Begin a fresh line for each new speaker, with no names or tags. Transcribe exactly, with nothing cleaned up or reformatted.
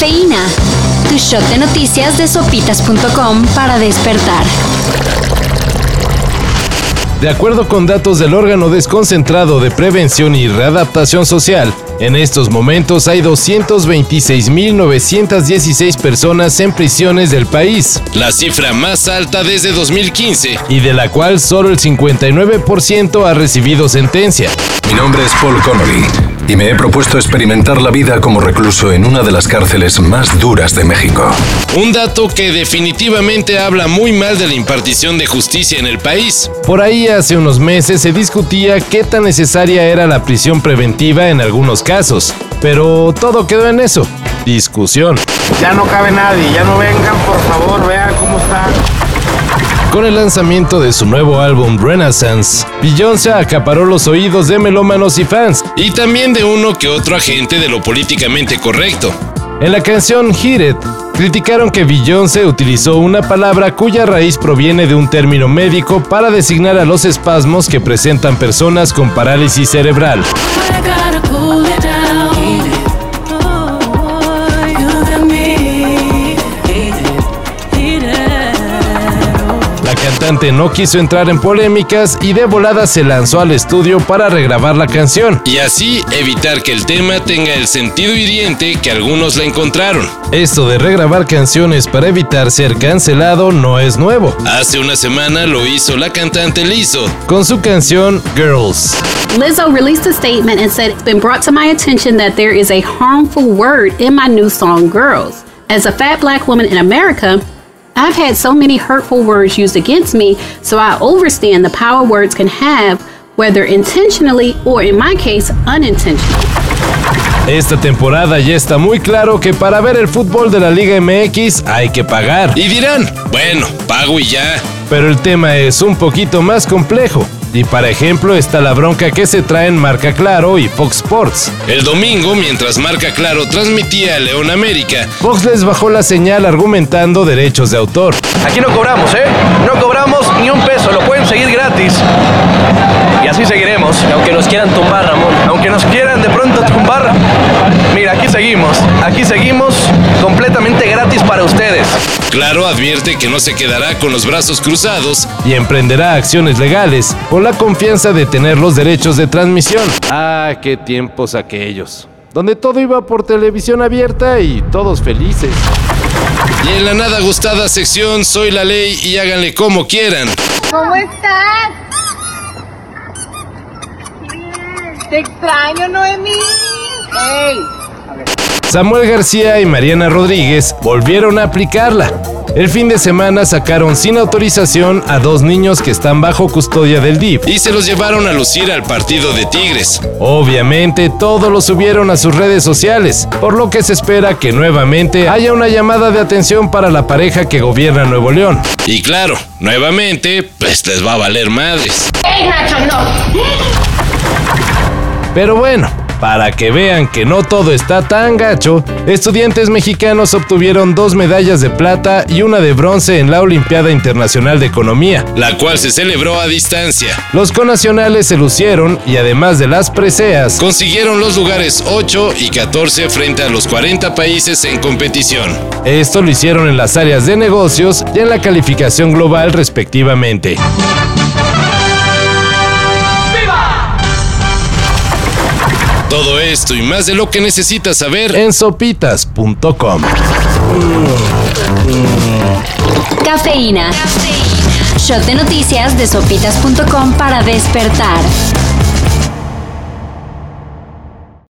Cafeína, tu shot de noticias de sopitas punto com para despertar.
De acuerdo con datos del órgano desconcentrado de prevención y readaptación social, en estos momentos hay doscientos veintiséis mil novecientas dieciséis personas en prisiones del país, la cifra más alta desde dos mil quince, y de la cual solo el cincuenta y nueve por ciento ha recibido sentencia.
Mi nombre es Paul Connolly y me he propuesto experimentar la vida como recluso en una de las cárceles más duras de México.
Un dato que definitivamente habla muy mal de la impartición de justicia en el país. Por ahí hace unos meses se discutía qué tan necesaria era la prisión preventiva en algunos casos, pero todo quedó en eso, discusión.
Ya no cabe nadie, ya no vengan, por favor, vean cómo está.
Con el lanzamiento de su nuevo álbum Renaissance, Beyoncé acaparó los oídos de melómanos y fans, y también de uno que otro agente de lo políticamente correcto. En la canción Hit It, criticaron que Beyoncé utilizó una palabra cuya raíz proviene de un término médico para designar a los espasmos que presentan personas con parálisis cerebral. La cantante no quiso entrar en polémicas y de volada se lanzó al estudio para regrabar la canción y así evitar que el tema tenga el sentido hiriente que algunos la encontraron. Esto de regrabar canciones para evitar ser cancelado no es nuevo. Hace una semana lo hizo la cantante Lizzo con su canción Girls.
Lizzo released a statement and said, "It's been brought to my attention that there is a harmful word in my new song Girls. As a fat black woman in America, I've had so many hurtful words used against me, so I understand the power words can have, whether intentionally or, in my case, unintentionally."
Esta temporada ya está muy claro que para ver el fútbol de la Liga M X hay que pagar. Y dirán, bueno, pago y ya. Pero el tema es un poquito más complejo. Y para ejemplo está la bronca que se traen Marca Claro y Fox Sports. El domingo, mientras Marca Claro transmitía a León América, Fox les bajó la señal argumentando derechos de autor.
Aquí no cobramos, ¿eh? No cobramos ni un peso, lo pueden seguir gratis. Y así seguiremos.
Aunque nos quieran tumbar, Ramón.
Aunque nos quieran de pronto tumbar, mira, aquí seguimos. Aquí seguimos completamente gratis para ustedes.
Claro advierte que no se quedará con los brazos cruzados y emprenderá acciones legales por la confianza de tener los derechos de transmisión. Ah, qué tiempos aquellos, donde todo iba por televisión abierta y todos felices. Y en la nada gustada sección Soy la Ley y háganle como quieran.
¿Cómo estás? Te extraño, Noemí. Hey.
Samuel García y Mariana Rodríguez volvieron a aplicarla. El fin de semana sacaron sin autorización a dos niños que están bajo custodia del D I F y se los llevaron a lucir al partido de Tigres. Obviamente todos lo subieron a sus redes sociales, por lo que se espera que nuevamente haya una llamada de atención para la pareja que gobierna Nuevo León. Y claro, nuevamente, pues les va a valer madres.
¡Ey, Nacho, no!
Pero bueno, para que vean que no todo está tan gacho, estudiantes mexicanos obtuvieron dos medallas de plata y una de bronce en la Olimpiada Internacional de Economía, la cual se celebró a distancia. Los connacionales se lucieron y además de las preseas, consiguieron los lugares ocho y catorce frente a los cuarenta países en competición. Esto lo hicieron en las áreas de negocios y en la calificación global respectivamente. Todo esto y más de lo que necesitas saber en sopitas punto com.
Cafeína. Shot de noticias de sopitas punto com para despertar.